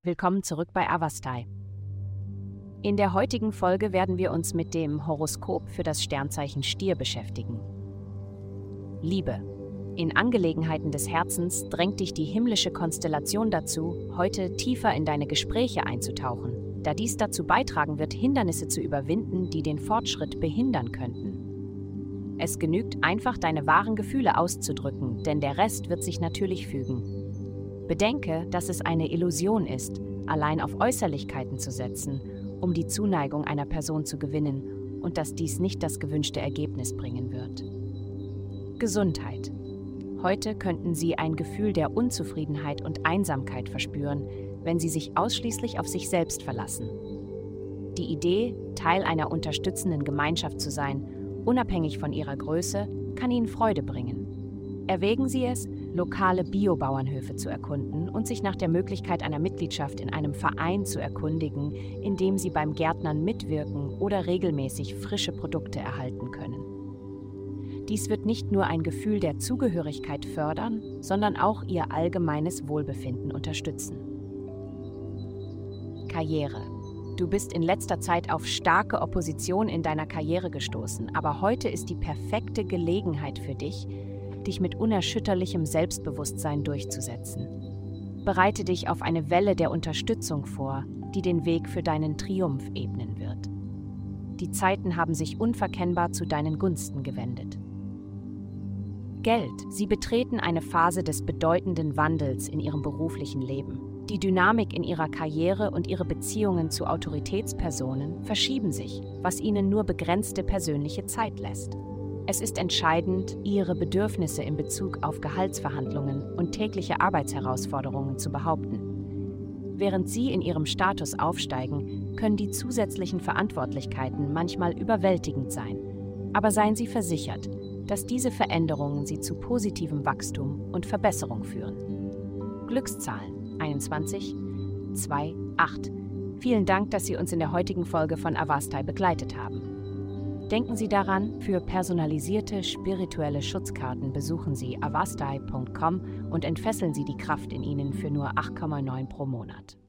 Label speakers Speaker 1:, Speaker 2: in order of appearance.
Speaker 1: Willkommen zurück bei Avastai. In der heutigen Folge werden wir uns mit dem Horoskop für das Sternzeichen Stier beschäftigen. Liebe. In Angelegenheiten des Herzens drängt dich die himmlische Konstellation dazu, heute tiefer in deine Gespräche einzutauchen, da dies dazu beitragen wird, Hindernisse zu überwinden, die den Fortschritt behindern könnten. Es genügt einfach, deine wahren Gefühle auszudrücken, denn der Rest wird sich natürlich fügen. Bedenke, dass es eine Illusion ist, allein auf Äußerlichkeiten zu setzen, um die Zuneigung einer Person zu gewinnen und dass dies nicht das gewünschte Ergebnis bringen wird. Gesundheit. Heute könnten Sie ein Gefühl der Unzufriedenheit und Einsamkeit verspüren, wenn Sie sich ausschließlich auf sich selbst verlassen. Die Idee, Teil einer unterstützenden Gemeinschaft zu sein, unabhängig von Ihrer Größe, kann Ihnen Freude bringen. Erwägen Sie es, lokale Biobauernhöfe zu erkunden und sich nach der Möglichkeit einer Mitgliedschaft in einem Verein zu erkundigen, in dem Sie beim Gärtnern mitwirken oder regelmäßig frische Produkte erhalten können. Dies wird nicht nur ein Gefühl der Zugehörigkeit fördern, sondern auch Ihr allgemeines Wohlbefinden unterstützen. Karriere. Du bist in letzter Zeit auf starke Opposition in deiner Karriere gestoßen, aber heute ist die perfekte Gelegenheit für dich, dich mit unerschütterlichem Selbstbewusstsein durchzusetzen. Bereite dich auf eine Welle der Unterstützung vor, die den Weg für deinen Triumph ebnen wird. Die Zeiten haben sich unverkennbar zu deinen Gunsten gewendet. Geld. Sie betreten eine Phase des bedeutenden Wandels in ihrem beruflichen Leben. Die Dynamik in ihrer Karriere und ihre Beziehungen zu Autoritätspersonen verschieben sich, was ihnen nur begrenzte persönliche Zeit lässt. Es ist entscheidend, Ihre Bedürfnisse in Bezug auf Gehaltsverhandlungen und tägliche Arbeitsherausforderungen zu behaupten. Während Sie in Ihrem Status aufsteigen, können die zusätzlichen Verantwortlichkeiten manchmal überwältigend sein. Aber seien Sie versichert, dass diese Veränderungen Sie zu positivem Wachstum und Verbesserung führen. Glückszahlen 21, 2, 8. Vielen Dank, dass Sie uns in der heutigen Folge von Avastai begleitet haben. Denken Sie daran, für personalisierte spirituelle Schutzkarten besuchen Sie avastai.com und entfesseln Sie die Kraft in Ihnen für nur 8,9 pro Monat.